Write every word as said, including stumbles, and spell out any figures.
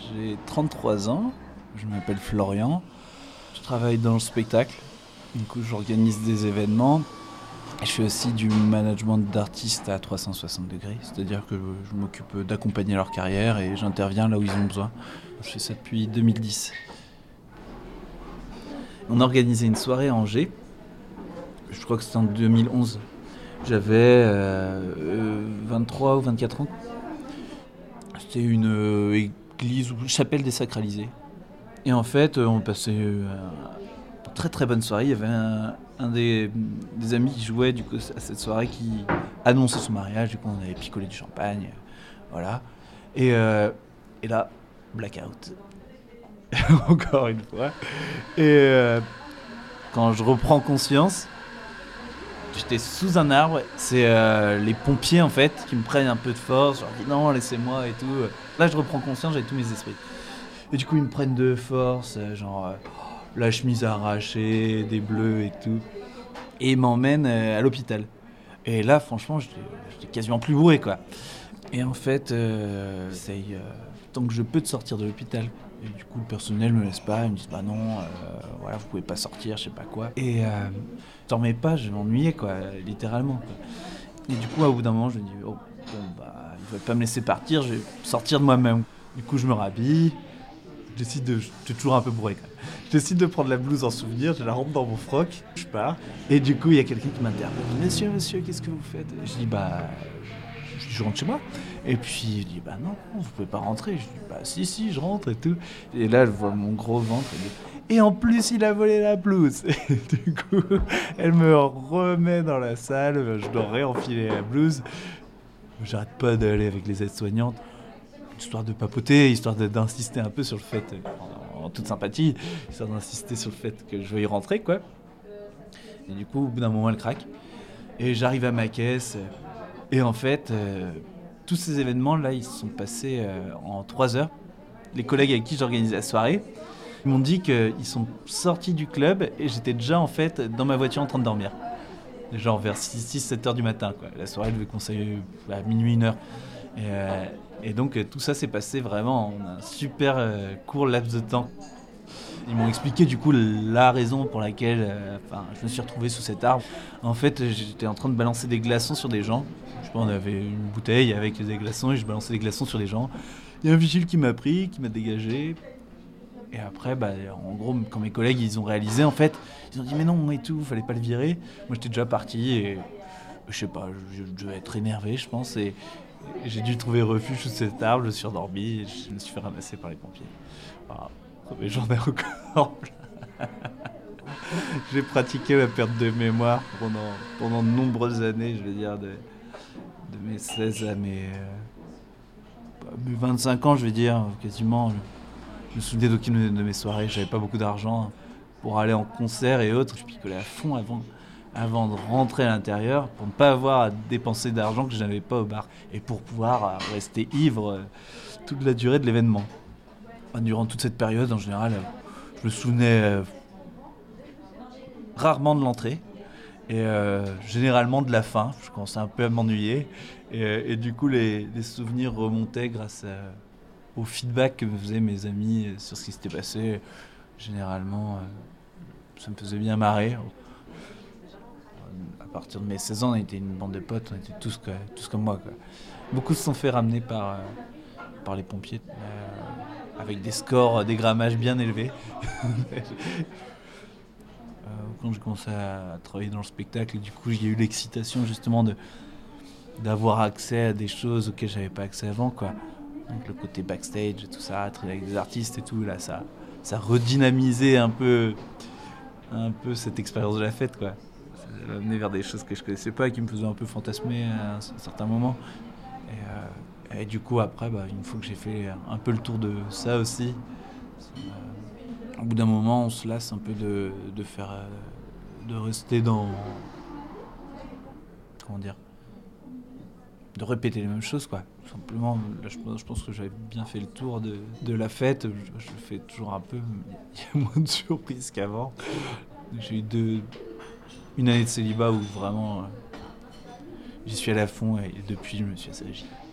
J'ai trente-trois ans, je m'appelle Florian, je travaille dans le spectacle, du coup j'organise des événements et je fais aussi du management d'artistes à trois cent soixante degrés, c'est-à-dire que je m'occupe d'accompagner leur carrière et j'interviens là où ils ont besoin. Je fais ça depuis deux mille dix. On a organisé une soirée à Angers, je crois que c'était en deux mille onze. J'avais euh, vingt-trois ou vingt-quatre ans. C'était une euh, église ou chapelle désacralisée. Et en fait, on passait euh, une très très bonne soirée. Il y avait un, un des, des amis qui jouait du coup, à cette soirée qui annonçait son mariage. Du coup, on avait picolé du champagne. Voilà. Et, euh, et là, blackout. Encore une fois. Et euh, quand je reprends conscience, j'étais sous un arbre, c'est euh, les pompiers en fait qui me prennent un peu de force, je leur dis non laissez-moi et tout. Là je reprends conscience, j'avais tous mes esprits. Et du coup ils me prennent de force, genre euh, la chemise arrachée, des bleus et tout. Et ils m'emmènent euh, à l'hôpital. Et là franchement j'étais, j'étais quasiment plus bourré quoi. Et en fait, euh, c'est euh, tant que je peux te sortir de l'hôpital. Et du coup, le personnel me laisse pas, ils me disent bah non, euh, voilà, vous pouvez pas sortir, je sais pas quoi. Et euh, je dormais pas, je m'ennuyais quoi, littéralement. Quoi. Et du coup, au bout d'un moment, je me dis oh, bon bah, ils veulent pas me laisser partir, je vais sortir de moi-même. Du coup, je me rhabille, je décide de, j'étais toujours un peu bourré quand même. Je décide de prendre la blouse en souvenir, je la rentre dans mon froc, je pars. Et du coup, il y a quelqu'un qui m'interpelle. Monsieur, monsieur, qu'est-ce que vous faites? Je dis bah je rentre chez moi. Et puis il dit bah non, vous pouvez pas rentrer. Je dis bah si si, je rentre et tout. Et là je vois mon gros ventre. Et, dit, et en plus il a volé la blouse. Et du coup elle me remet dans la salle. Je dois réenfiler la blouse. J'arrête pas d'aller avec les aides-soignantes, histoire de papoter, histoire de, d'insister un peu sur le fait, en, en toute sympathie, histoire d'insister sur le fait que je veux y rentrer quoi. Et du coup au bout d'un moment elle craque. Et j'arrive à ma caisse. Et en fait, euh, tous ces événements-là, ils se sont passés euh, en trois heures. Les collègues avec qui j'organisais la soirée, ils m'ont dit qu'ils sont sortis du club et j'étais déjà en fait dans ma voiture en train de dormir. Genre vers six sept heures du matin. Quoi. La soirée devait conseiller à minuit, une heure. Et, euh, et donc tout ça s'est passé vraiment en un super euh, court laps de temps. Ils m'ont expliqué du coup la raison pour laquelle euh, enfin, je me suis retrouvé sous cet arbre. En fait, j'étais en train de balancer des glaçons sur des gens. Je sais pas, on avait une bouteille avec des glaçons et je balançais des glaçons sur les gens. Il y a un vigile qui m'a pris, qui m'a dégagé. Et après, bah, en gros, quand mes collègues ils ont réalisé, en fait, ils ont dit mais non et tout, fallait pas le virer. Moi, j'étais déjà parti et je sais pas, je, je devais être énervé, je pense. Et, et j'ai dû trouver refuge sous cet arbre, je suis endormi et je me suis fait ramasser par les pompiers. Voilà. Mais j'en ai encore plein. J'ai pratiqué la perte de mémoire pendant, pendant de nombreuses années, je veux dire, de, de mes seize à mes, euh, mes vingt-cinq ans, je veux dire, quasiment. Je me souvenais d'aucune de mes soirées, j'avais pas beaucoup d'argent pour aller en concert et autres. Je picolais à fond avant, avant de rentrer à l'intérieur pour ne pas avoir à dépenser d'argent que je n'avais pas au bar et pour pouvoir rester ivre toute la durée de l'événement. Durant toute cette période, en général, je me souvenais euh, rarement de l'entrée et euh, généralement de la fin. Je commençais un peu à m'ennuyer et, et du coup, les, les souvenirs remontaient grâce à, au feedback que me faisaient mes amis sur ce qui s'était passé. Généralement, euh, ça me faisait bien marrer. À partir de mes seize ans, on était une bande de potes, on était tous, quoi, tous comme moi. Quoi. Beaucoup se sont fait ramener par, euh, par les pompiers. Euh, avec des scores, des grammages bien élevés. euh, quand j'ai commencé à travailler dans le spectacle, du coup, j'ai eu l'excitation justement de, d'avoir accès à des choses auxquelles j'avais pas accès avant, quoi. Donc le côté backstage et tout ça, travailler avec des artistes et tout, là, ça, ça redynamisait un peu, un peu cette expérience de la fête, quoi. Ça m'a amené vers des choses que je connaissais pas et qui me faisaient un peu fantasmer à un certain moment. Et, euh, Et du coup, après, bah, une fois que j'ai fait un peu le tour de ça aussi, euh, au bout d'un moment, on se lasse un peu de, de faire, euh, de rester dans, comment dire, de répéter les mêmes choses, quoi. Tout simplement, là, je, je pense que j'avais bien fait le tour de, de la fête. Je, je fais toujours un peu, il y a moins de surprises qu'avant. J'ai eu deux, une année de célibat où vraiment, euh, j'y suis allé à fond et depuis, je me suis assagi.